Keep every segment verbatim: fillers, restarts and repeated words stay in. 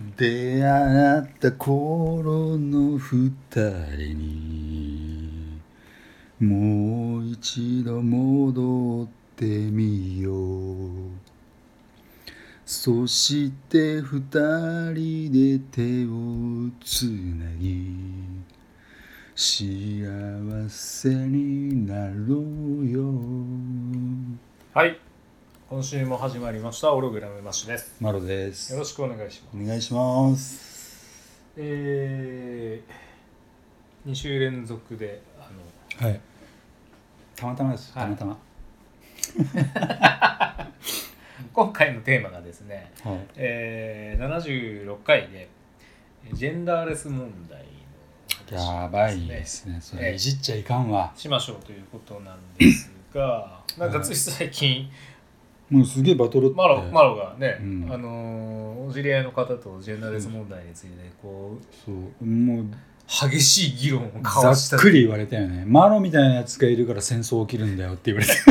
出会った頃の二人にもう一度戻ってみよう。そして二人で手をつなぎ幸せになろうよ。 はい、今週も始まりましたオログラムマッシュです。 マロです。 よろしくお願いします。 お願いします。 えー、に週連続であのはいたまたまです、はい、たまたま今回のテーマがですね、 はいえー、ななじゅうろっかいでジェンダーレス問題の話、 ね、やばいですね。それいじっちゃいかんわ、 えー、しましょうということなんですがなんかつい最近もうすげえバトルってマロ、マロがね、 うん、 あのー、お知り合いの方とジェンダーレス問題についてこう、 そうもう激しい議論を交わした。 ざっくり言われたよね。マロみたいなやつがいるから戦争起きるんだよって言われて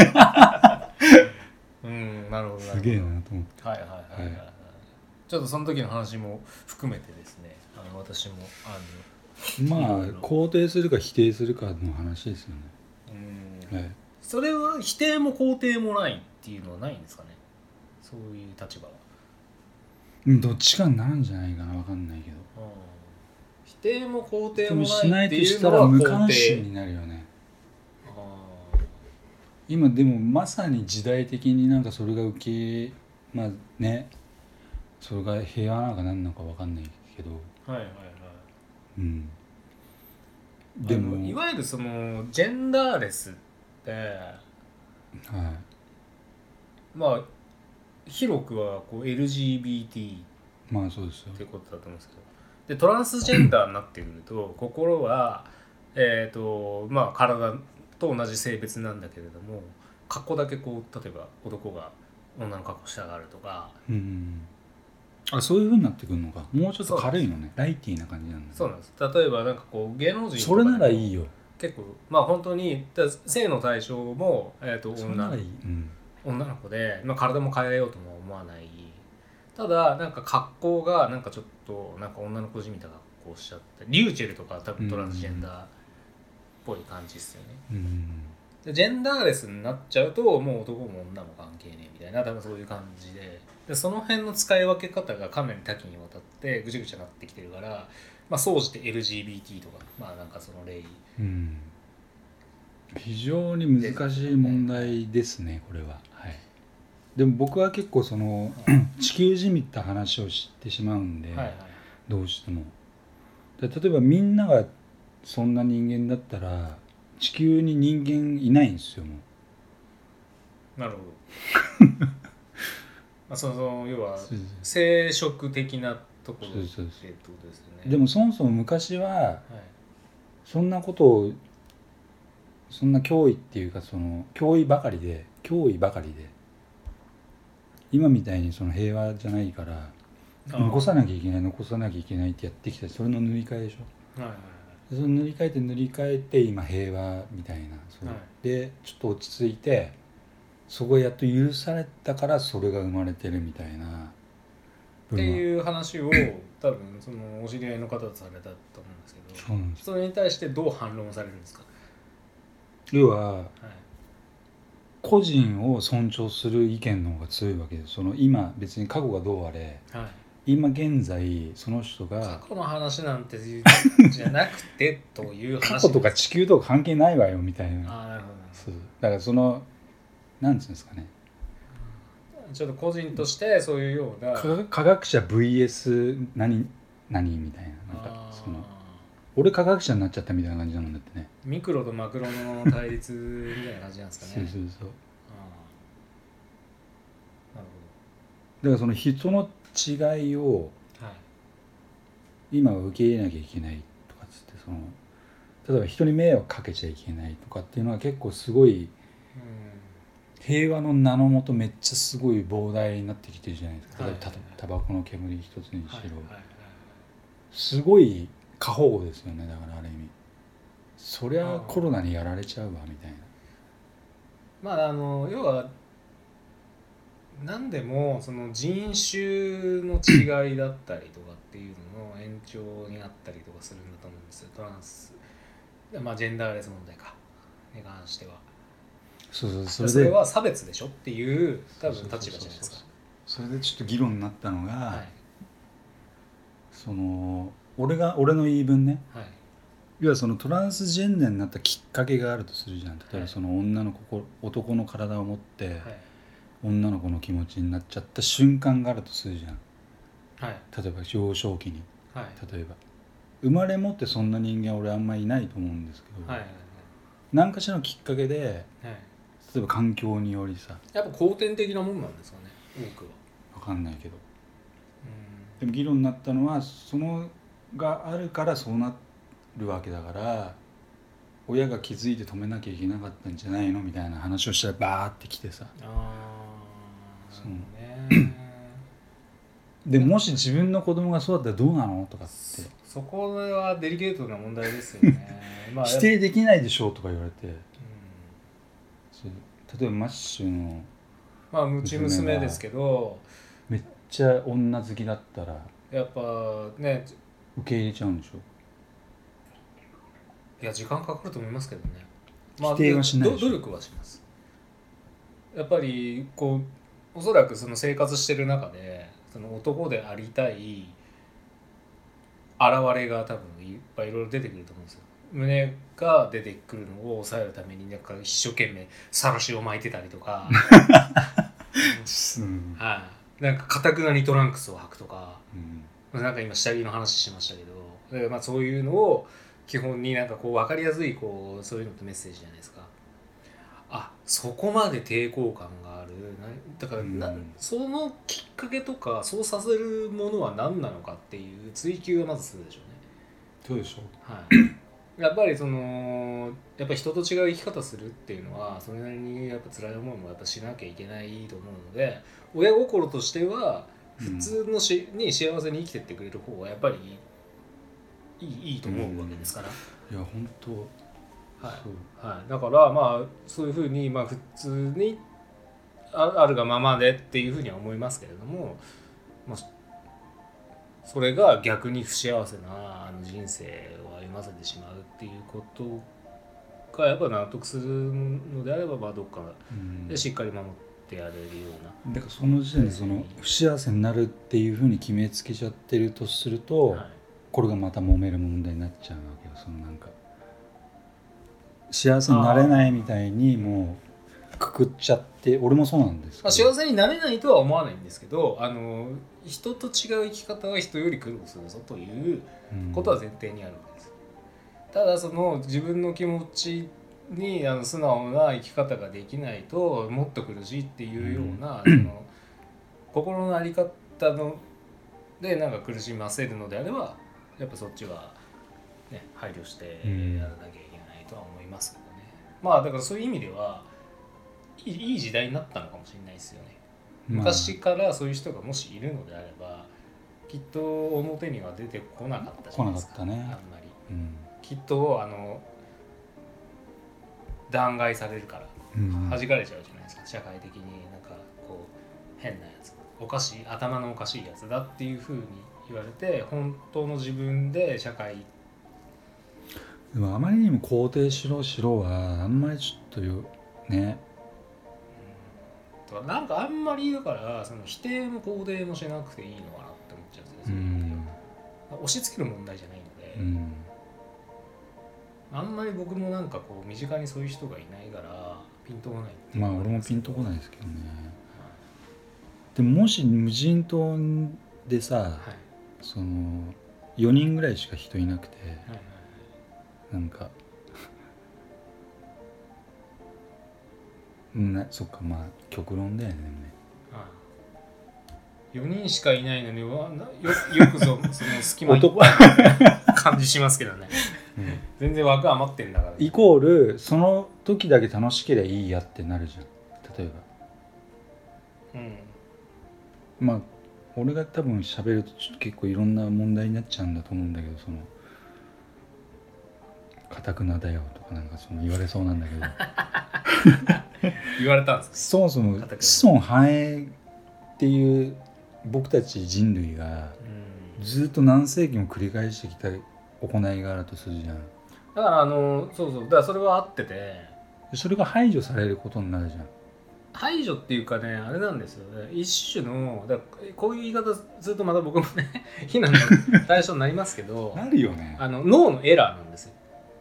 うんなるほどすげえなと思って。 はいはいはいはい、はい、ちょっとその時の話も含めてですね、あの私もあのまあ肯定するか否定するかの話ですよね。 うん、はい、それは否定も肯定もないっていうのはないんですかね、そういう立場は。 どっちかになるんじゃないかな、分かんないけど、うん、 否定も肯定もしないっていうのらは無関心になるよね。あ今でもまさに時代的になんかそれが受けまあねそれが平和なのか何なのか分かんないけど、 はいはいはい、 うん、 でもいわゆるそのジェンダーレスって、はい、まあ広くはこう エルジービーティーまあそうですよってことだと思うんですけど、でトランスジェンダーになってくると心はえーとまあ体と同じ性別なんだけれども格好だけこう例えば男が女の格好したがるとか、 うん、あそういう風になってくるのか。もうちょっと軽いのね、ライティーな感じなんだ、ね、 そうなんです。例えばなんかこう芸能人とかそれならいいよ。 結構まあ本当に性の対象も、えー、と 女, いい、うん、 女の子で、まあ、体も変えようとも思わない。ただなんか格好がなんかちょっとなんか女の子じみた格好しちゃってリューチェルとか多分トランスジェンダーっぽい感じですよね、うん、でジェンダーレスになっちゃうともう男も女も関係ねえみたいな多分そういう感じ で, でその辺の使い分け方がかなり多岐にわたってぐちゃぐちゃなってきてるから、まあ、総じて エルジービーティー とかまあなんかその例、うん、 非常に難しい問題ですねこれは、はい、でも僕は結構その、はい、地球人みた話をしてしまうんで、はいはい、どうしてもで例えばみんながそんな人間だったら地球に人間いないんですよもう。なるほどまあその要は生殖的なところでってことですよね。 でもそもそも昔は、はい、そんなことをそんな脅威っていうかその脅威ばかりで脅威ばかりで今みたいにその平和じゃないから残さなきゃいけない残さなきゃいけないってやってきたそれの塗り替えでしょ、はいはいはい、その塗り替えて塗り替えて今平和みたいなそれ、はい、でちょっと落ち着いてそこがやっと許されたからそれが生まれてるみたいなっていう話を多分そのお知り合いの方とされたと思うんですけど、そうなんです。それに対してどう反論されるんですか。 要は、はい、個人を尊重する意見の方が強いわけです。その今別に過去がどうあれ、はい、今現在その人が過去の話なんてじゃなくてという話過去とか地球とか関係ないわよみたいな。 あなるほど。 そうだからそのなんていうんですかね。 ちょっと個人としてそういうような科学者 ブイエス 何何みたいななんかその俺科学者になっちゃったみたいな感じなんだってね。 ミクロとマクロの対立みたいな感じなんですかね。 そうそうそう。 あなるほど。だからその人の違いを今は受け入れなきゃいけないとかっつってその例えば人に迷惑かけちゃいけないとかっていうのは結構すごい平和の名のもとめっちゃすごい膨大になってきてるじゃないですか。例えばタバコの煙一つにしろすごい過保護ですよね。だからある意味そりゃコロナにやられちゃうわみたいな。 まああの要はなんでもその人種の違いだったりとかっていうのの延長にあったりとかするんだと思うんですよ、トランス、まあ、ジェンダーレス問題かに関しては。 そうそう、それでそれは差別でしょっていう多分立場じゃないですか。 それでちょっと議論になったのが、 はい、 その俺が俺の言い分ね、 はい、 要はそのトランスジェンダーになったきっかけがあるとするじゃん。例えばその女の子、男の体を持って、はい、女の子の気持ちになっちゃった瞬間があるとするじゃん、はい、例えば幼少期に、はい、例えば生まれ持ってそんな人間俺あんまりいないと思うんですけど、はいはいはい、何かしらのきっかけで、はい、例えば環境によりさ、 やっぱ後天的なもんなんですかね、多くは。 分かんないけど、うん、でも議論になったのはそのがあるからそうなるわけだから、親が気づいて止めなきゃいけなかったんじゃないのみたいな話をしたらバーってきてさ、あそうねでもし自分の子供がそうだったらどうなのとかって、 そ, そこはデリケートな問題ですよねまあ否定できないでしょうとか言われて、うん、例えばマッシュのまあうち娘ですけどめっちゃ女好きだったらやっぱね受け入れちゃうんでしょ。 いや時間かかると思いますけどね、まあ、 否定はしないでしょ。 努力はします。やっぱりこうおそらくその生活してる中でその男でありたい現れが多分いっぱいいろいろ出てくると思うんですよ。胸が出てくるのを抑えるためになんか一生懸命サラシを巻いてたりとか、うんはい、なんか堅くなにトランクスを履くとか、うん、なんか今下着の話しましたけど、で、まあ、そういうのを基本になんかこう分かりやすいこうそういうのってメッセージじゃないですか。あ、そこまで抵抗感がある。だからな、うん、そのきっかけとかそうさせるものは何なのかっていう追求はまずするでしょうね。 そうでしょう、はい、やっぱりそのやっぱ人と違う生き方するっていうのはそれなりにやっぱ辛い思いもやっぱしなきゃいけないと思うので、親心としては普通のし、うん、に幸せに生きてってくれる方がやっぱりいい、いいと思うわけですから、 うん、いや本当はいはい、だからまあそういうふうにまあ普通に あ, あるがままでっていうふうには思いますけれども、まあ、それが逆に不幸せな人生を歩ませてしまうっていうことがやっぱ納得するのであれば、まあどっかでしっかり守ってやれるような、 だからその時点でその不幸せになるっていうふうに決めつけちゃってるとすると、はい、これがまた揉める問題になっちゃうわけよ。そのなんか幸せになれないみたいにもうくくっちゃって、俺もそうなんですけど、 幸せになれないとは思わないんですけど、あの人と違う生き方は人より苦労するぞということは前提にあるわけです、うん、ただその自分の気持ちにあの素直な生き方ができないともっと苦しいっていうような、うん、その心の在り方のでなんか苦しませるのであればやっぱそっちは、ね、配慮してやらなきゃいけないとは思いますけどね、うん、まあだからそういう意味ではいい、いい時代になったのかもしれないですよね。昔からそういう人がもしいるのであればきっと表には出てこなかったじゃないですか。 来なかったね、 あんまり、 うん、 きっとあの弾劾されるから弾かれちゃうじゃないですか、社会的になんかこう変なやつ、おかしい頭のおかしいやつだっていう風に言われて本当の自分で社会でもあまりにも肯定しろしろはあんまりちょっとよね、 うん、なんかあんまりだからその否定も肯定もしなくていいのかなって思っちゃうんですよ、うん、押し付ける問題じゃないので、うん、あんまり僕もなんかこう身近にそういう人がいないからピンとこないっていう。 まあ俺もピンとこないですけどね、でももし無人島でさ、はい、そのよにんぐらいしか人いなくて、はいはいはい、なんかなそっかまあ極論だよね、 はい、よにんしかいないのに よ, よくぞその隙間に感じしますけどね、うん、全然枠余ってんだから、ね、 イコールその時だけ楽しければいいやってなるじゃん。例えば、うん、まあ俺が多分喋ると結構いろんな問題になっちゃうんだと思うんだけど、そのかたくなだよとかなんかその言われそうなんだけど言われたんですか。 そもそも子孫繁栄っていう僕たち人類がずっと何世紀も繰り返してきた行いがあるとするじゃん。 だからあのそうそうだからそれは合ってて、 それが排除されることになるじゃん。 排除っていうかねあれなんですよね、一種のだこういう言い方するとまた僕もね非難の対象になりますけどなるよね。 あの脳のエラーなんです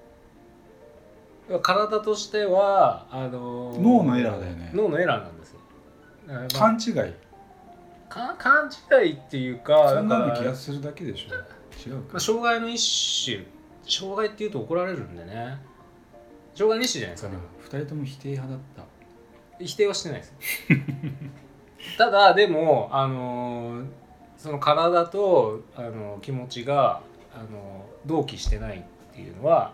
よ。体としてはあのー、 脳のエラーだよね。 脳のエラーなんですよ。まあ、 勘違いか勘違いっていうかそんなの気がするだけでしょ。違うか、 まあ、障害の一種、障害っていうと怒られるんでね、障害の一種じゃないですか。でもふたりとも否定派だった。 否定はしてないですただでもあのー、その体とあの気持ちがあの同期してないっていうのは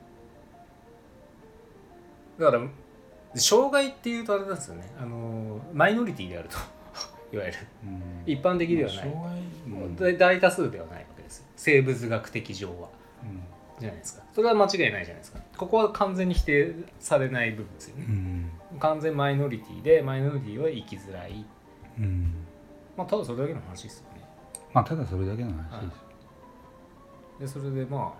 だから障害っていうとあれなんですよね、あのマイノリティであるといわゆる、うん、一般的ではない、うん、大多数ではないわけですよ、生物学的上は、うん、じゃないですか。それは間違いないじゃないですか。ここは完全に否定されない部分ですよね、うん、完全マイノリティでマイノリティは生きづらい、うん、まあただそれだけの話ですよね。 まあただそれだけの話です、はい、 でそれでまあ、うん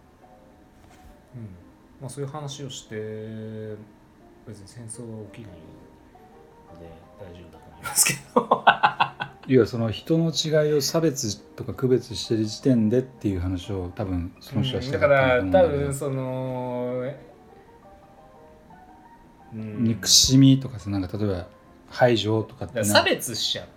まあ、そういう話をして別に戦争は起きないので大丈夫だと思いますけどいやその人の違いを差別とか区別してる時点でっていう話を多分その人はしてかったと思うんだけど、うん、だから多分その、 うん、憎しみとかさ、なんか例えば排除とかって差別しちゃって、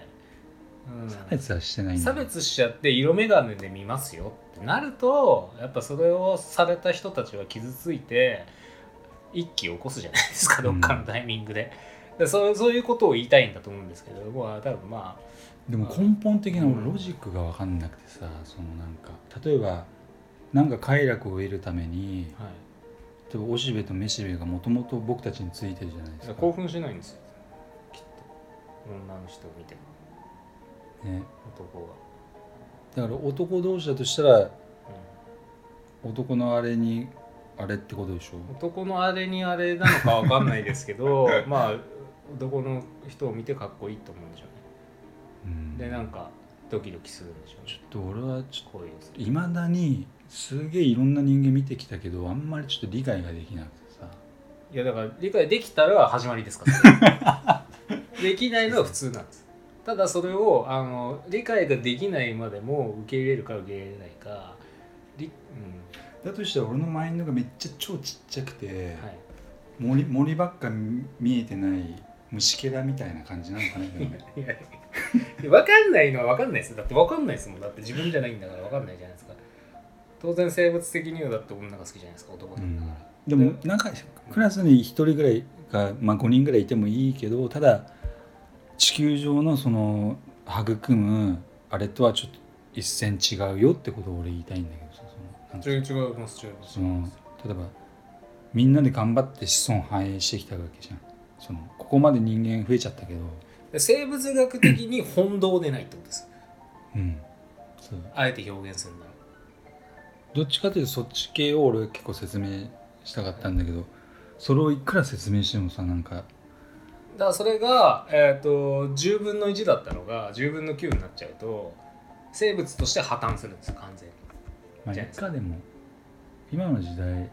うん、差別はしてないんだ。 差別しちゃって色眼鏡で見ますよってなるとやっぱそれをされた人たちは傷ついて一気を起こすじゃないですか、どっかのタイミングで、うん、そう、そういうことを言いたいんだと思うんですけど、まあ多分まあでも根本的なロジックが分かんなくてさ、そのなんか例えばなんか快楽を得るために、はい、例えばおしべとめしべがもともと僕たちについてるじゃないですか。 興奮しないんですよきっと女の人を見てもね、男が。 だから男同士だとしたら、うん、男のあれにあれってことでしょ。 男のあれにあれなのか分かんないですけどまあ男の人を見てかっこいいと思うんでしょうね、うん、でなんかドキドキするんでしょうね。 ちょっと俺はちょっといまだにすげえいろんな人間見てきたけどあんまりちょっと理解ができなくてさ。 いやだから理解できたら始まりですからできないのは普通なんです。ただそれをあの理解ができないまでも受け入れるか受け入れないか、うん、 だとしたら俺のマインドがめっちゃ超ちっちゃくて、はい、森, 森ばっか見えてない虫けらみたいな感じなのかな。 いやいや分かんないのは分かんないです。だって分かんないですもん。だって自分じゃないんだから分かんないじゃないですか。当然生物的にはだって女が好きじゃないですか、男なんだから、 うん、でもなんかクラスにひとりぐらいか、まあ、ごにんぐらいいてもいいけど、ただ地球上のその育むあれとはちょっと一線違うよってことを俺言いたいんだけどさ。 その違う違います違います。その例えばみんなで頑張って子孫繁栄してきたわけじゃん。そのここまで人間増えちゃったけど生物学的に本動でないってことです、 うん、 そうあえて表現するならどっちかというとそっち系を俺結構説明したかったんだけど、それをいくら説明してもさ、なんかだからそれが、えー、とじゅうぶんのいちだったのがじゅうぶんのきゅうになっちゃうと生物として破綻するんですよ完全に。 まあいかでも今の時代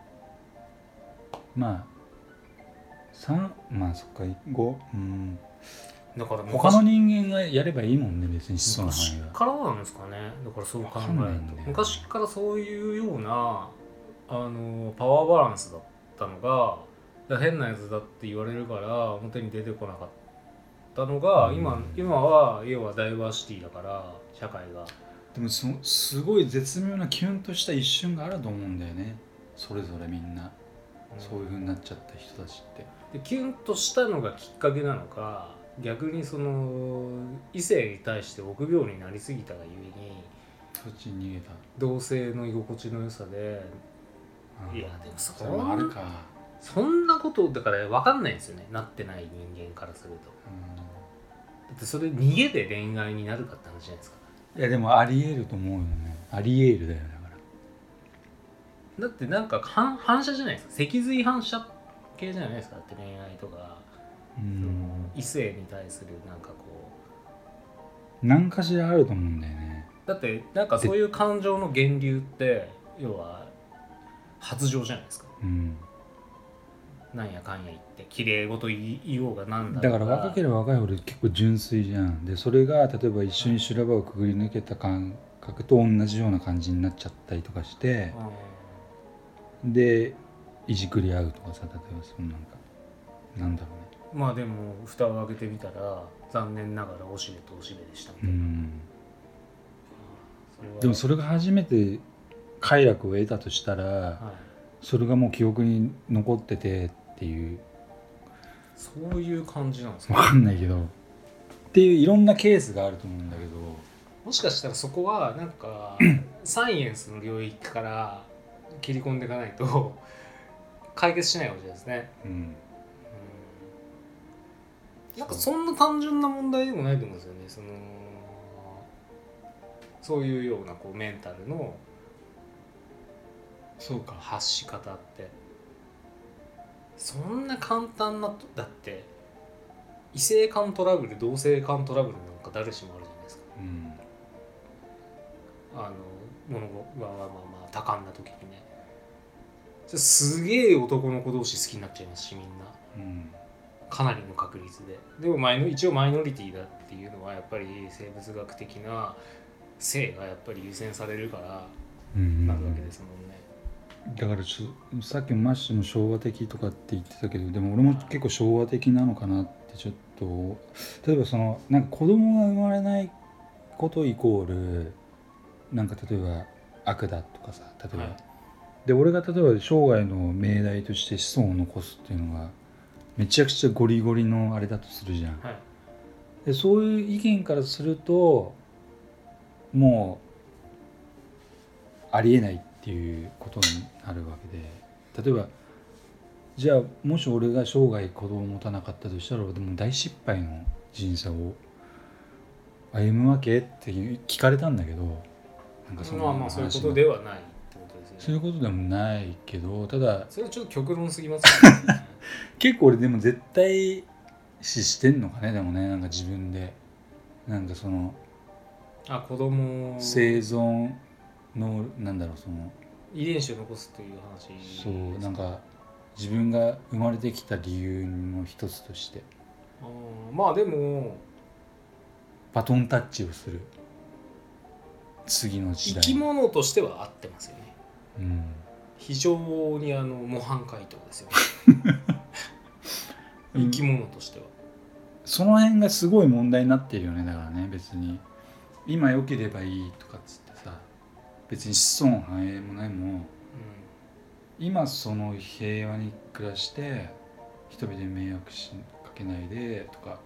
まあさんまあそっかごうんだから他の人間がやればいいもんね別に。子孫の範囲は昔からなんですかね。だからそう考えると昔からそういうようなあのパワーバランスだったのが変なやつだって言われるから表に出てこなかったのが、うん、今, 今は要はダイバーシティだから社会が。 でも そすごい絶妙なキュンとした一瞬があると思うんだよね、それぞれみんな、うん、そういう風になっちゃった人たちって。 でキュンとしたのがきっかけなのか、逆にその異性に対して臆病になりすぎたがゆえにそっちに逃げた同性の居心地の良さで、いやでもそそれもあるか。 そんなことだから分かんないんですよね、なってない人間からすると。うんだってそれ逃げで恋愛になるかって話じゃないですか。 いやでもあり得ると思うよね。あり得るだよね。だからだってなんか反射じゃないですか、脊髄反射系じゃないですか。だって恋愛とかうん、 その異性に対するなんかこう何かしらあると思うんだよね。 うだってなんかそういう感情の源流って要は発情じゃないですか、 うん、 なんやかんや言って綺麗事言おうがなんだだろうがから若ければ若いほど結構純粋じゃん。でそれが例えば一緒に修羅場をくぐり抜けた感覚と同じような感じになっちゃったりとかして、でいじくり合うとかさ、例えばそのなんかなんだろうね。 まあでも蓋を開けてみたら残念ながらおしべとおしべでしたみたいな、うん、 それはでもそれが初めて快楽を得たとしたら、はい、それがもう記憶に残っててっていう、 そういう感じなんですか、 分かんないけどっていういろんなケースがあると思うんだけど、 もしかしたらそこはなんかサイエンスの領域から切り込んでいかないと解決しないかもしれないですね、うんうん、なんかそんな単純な問題でもないと思うんですよね。そのそういうようなこうメンタルのそうか発し方ってそんな簡単な、だって異性間トラブル同性間トラブルなんか誰しもあるじゃないですか、うん、あの物がまあまあまあ多感な時にね、すげえ男の子同士好きになっちゃいますしみんな、うん、かなりの確率で。でもマイノ一応マイノリティだっていうのはやっぱり生物学的な性がやっぱり優先されるからなるわけですもんね、 うん、だからちょさっきもマッシュも昭和的とかって言ってたけど、でも俺も結構昭和的なのかなってちょっと、例えばそのなんか子供が生まれないことイコールなんか例えば悪だとかさ、例えば、はい、で俺が例えば生涯の命題として子孫を残すっていうのがめちゃくちゃゴリゴリのあれだとするじゃん、はい、でそういう意見からするともうありえないっていうことになるわけで、例えばじゃあもし俺が生涯子供を持たなかったとしたらでも大失敗の人生を歩むわけって聞かれたんだけど、 なんかそのまあまあそういうことではないってことですね。 そういうことでもないけど、ただそれはちょっと極論すぎますよね結構俺でも絶対視してんのかね、でもね、なんか自分でなんかそのあ子供生存のなんだろう、その遺伝子を残すという話、 そうなんか自分が生まれてきた理由の一つとして、 あまあでもバトンタッチをする次の時代、 生き物としては合ってますよね、 うん、 非常にあの模範解答ですよね生き物としては、 その辺がすごい問題になってるよね。だからね、別に今良ければいいとかっつってさ、別に子孫繁栄もないもん、うん、今その平和に暮らして人々に迷惑しかけないでとか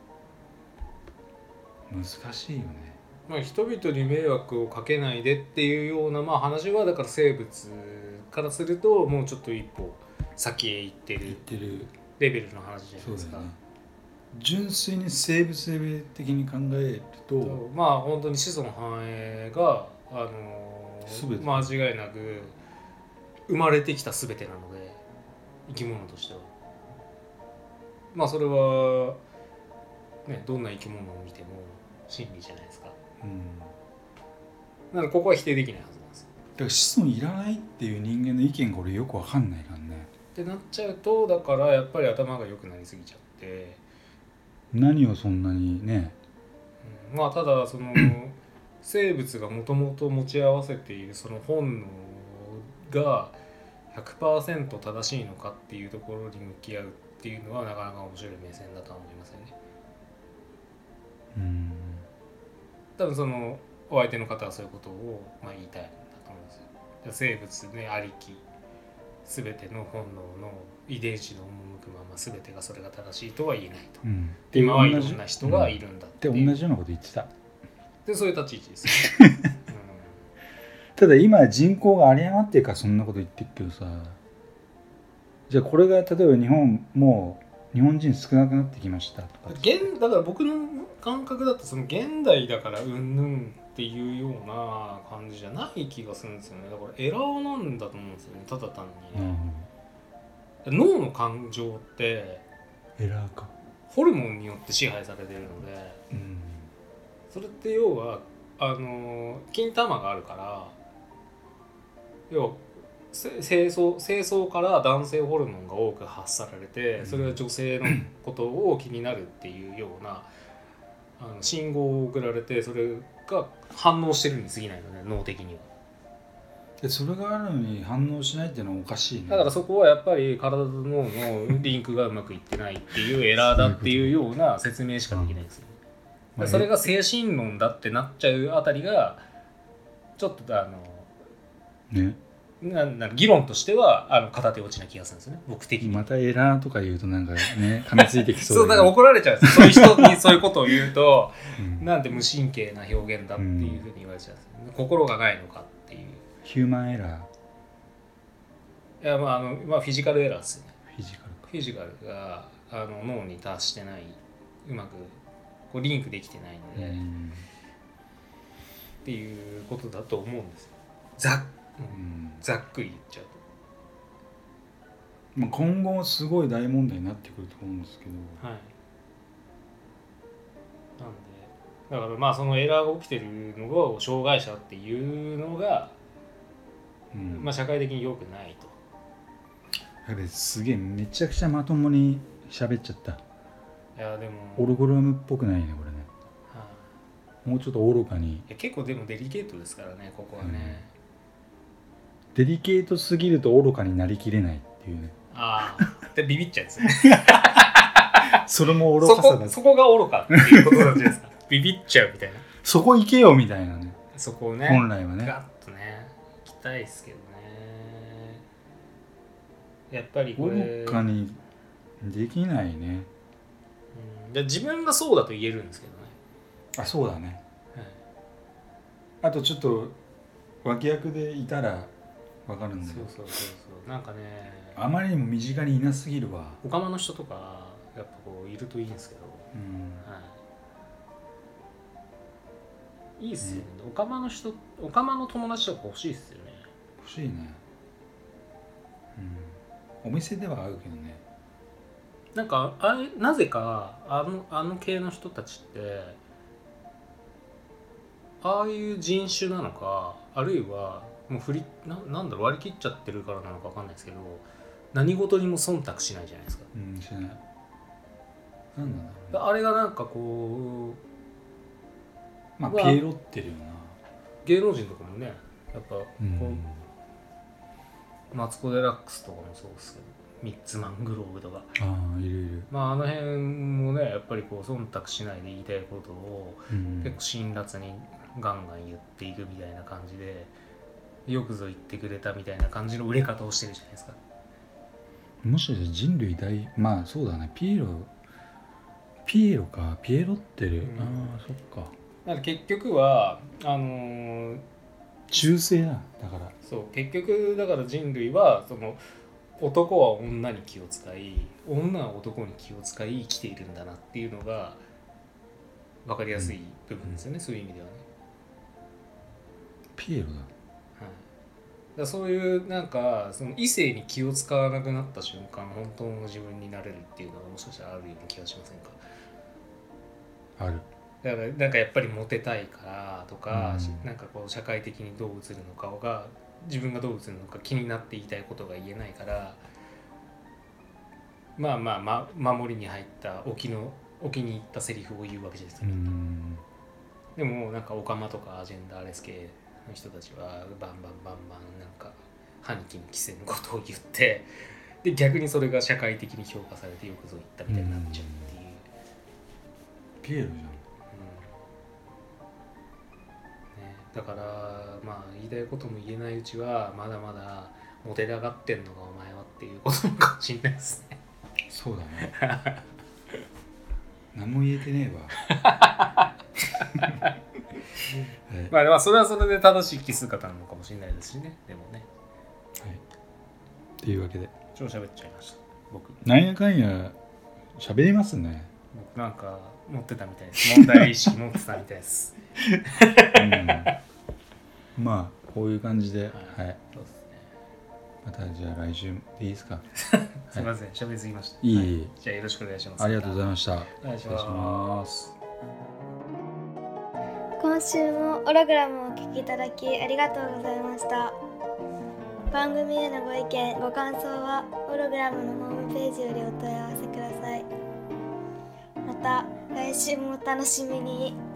難しいよね。 まあ、人々に迷惑をかけないでっていうようなまあ話はだから生物からするともうちょっと一歩先へ行ってるレベルの話じゃないですか。 純粋に生物レベル的に考えるとまあ本当に子孫繁栄が、あのー、間違いなく生まれてきた全てなので生き物としてはまあそれは、ね、どんな生き物を見ても真理じゃないですか、うん、なのでここは否定できないはずなんです。 だから子孫いらないっていう人間の意見が俺よく分かんないからねってなっちゃうと、だからやっぱり頭が良くなりすぎちゃって何をそんなにね、 うん、まあただその生物がもともと持ち合わせているその本能が ひゃくパーセント 正しいのかっていうところに向き合うっていうのはなかなか面白い目線だとは思いますよね。うん多分そのお相手の方はそういうことをまあ言いたいんだと思うんですよ。生物ねありき全ての本能の遺伝子の赴くまま全てがそれが正しいとは言えないと、うん、今はいろんな人がいるんだっていう、 うん、で同じようなこと言ってたでそういう立ち位置ですよね、うん、 ただ今人口が有り余ってるからそんなこと言ってるけどさ、じゃあこれが例えば日本もう日本人少なくなってきましたとか現だから僕の感覚だとその現代だからうんぬんっていうような感じじゃない気がするんですよね。だからエラーなんだと思うんですよね、ただ単にね、うん、脳の感情ってエラーかホルモンによって支配されてるので、 うん、 それって要はあの金玉があるから、要は精巣精巣から男性ホルモンが多く発されて、それは女性のことを気になるっていうようなあの信号を送られて、それが反応してるに過ぎないのね、脳的には。 でそれがあるのに反応しないっていうのはおかしいね。 だからそこはやっぱり体と脳のリンクがうまくいってないっていうエラーだっていうような説明しかできないんですよ、うん、それが精神論だってなっちゃうあたりがちょっとあのねなな議論としてはあの片手落ちな気がするんですよね、僕的に。 またエラーとか言うとなんかね噛みついてきそうだ、ね、そうだから怒られちゃうんですよ、そういう人にそういうことを言うと、うん、なんて無神経な表現だっていうふうに言われちゃうんですよ、ね、うん、心がないのかっていう。 ヒューマンエラー。 いやまああの、まあ、フィジカルエラーですよね。 フィジカルか。 フィジカルがあの脳に達してない、うまくこうリンクできてないので、うん、っていうことだと思うんですよ。ざっ、うん、ざっくり言っちゃうと。 まあ、今後すごい大問題になってくると思うんですけど。 はい。なんでだからまあそのエラーが起きてるのを障害者っていうのが、うん、まあ社会的に良くないと。 やべすげえめちゃくちゃまともに喋っちゃった。 いやでもオルゴラムっぽくないねこれね、はあ、もうちょっと愚かに。 いや結構でもデリケートですからねここはね、 うん、デリケートすぎると愚かになりきれないっていうね。 ああでビビっちゃうんですねそれも愚かさだ。 そこ、そこが愚かっていうことなんじゃないですかビビっちゃうみたいな。 そこ行けよみたいなね。 そこをね本来はねガッとね行きたいですけどね。やっぱりこれ愚かにできないね、 うん、で自分がそうだと言えるんですけどね。 あそうだね、はい、あとちょっと脇役でいたら分かるんだけど、 そうそうそうそうなんかねあまりにも身近にいなすぎるわ。 オカマの人とかやっぱこういるといいんですけど、うんはい、いいっすよね、うん、オカマの人オカマの友達とか欲しいっすよね。 欲しいね、うん、お店では会うけどね。 なんかあれなぜかあのあの系の人たちってああいう人種なのか、あるいはもう振り な, なんだろう割り切っちゃってるからなのか分かんないですけど、何事にも忖度しないじゃないですか。 うんしない。なんなんだろう、 ね、あれがなんかこうまあピエロってるよな。 芸能人とかもねやっぱこう、うん、マツコ・デラックスとかもそうですけどミッツマングローブとか、 ああいるいる。 まああの辺もねやっぱりこう忖度しないで言いたいことを、うん、結構辛辣にガンガン言っていくみたいな感じで、よくぞ言ってくれたみたいな感じの売れ方をしてるじゃないですか。 もしかして人類大まあそうだねピエロピエロかピエロってる、うん、ああそっか。 だから結局はあのー、 中性だだからそう結局だから人類はその男は女に気を使い女は男に気を使い生きているんだなっていうのが分かりやすい部分ですよね、うん、そういう意味ではね。 ピエロだ、はい、 だからそういうなんかその異性に気を使わなくなった瞬間本当の自分になれるっていうのはもしかしたらあるような気がしませんか。 ある。 だからなんかやっぱりモテたいからとか、うん、なんかこう社会的にどう映るのかが自分がどう映るのか気になって言いたいことが言えないからまあまあ、ま、守りに入った置きの置きに入ったセリフを言うわけですよ、うん、でもなんかオカマとかアジェンダーレス系の人たちはバンバンバンバンなんか歯に衣着せぬことを言ってで逆にそれが社会的に評価されてよくぞ言ったみたいになっちゃうっていう、うん、 ピエロじゃん。 だからまあ言いたいことも言えないうちはまだまだモテ上がってんのがお前はっていうことかもしれないですね。 そうだね何も言えてねえわはい、 まあまあそれはそれで正しい奇数方なのかもしれないですしね。でもねはいっていうわけで超喋っちゃいました僕。 なんやかんや喋りますね。 僕なんか持ってたみたいです。問題意識持ってたみたいですうん、 まあこういう感じで、はい、 はい、そうですね。 またじゃあ来週でいいですか。 すみません、喋りすぎました。 いい、 はい、じゃあよろしくお願いします。 ありがとうございました。 お願いします。 今週もオログラムをお聞きいただきありがとうございました。番組へのご意見ご感想はオログラムのホームページよりお問い合わせください。また来週もお楽しみに。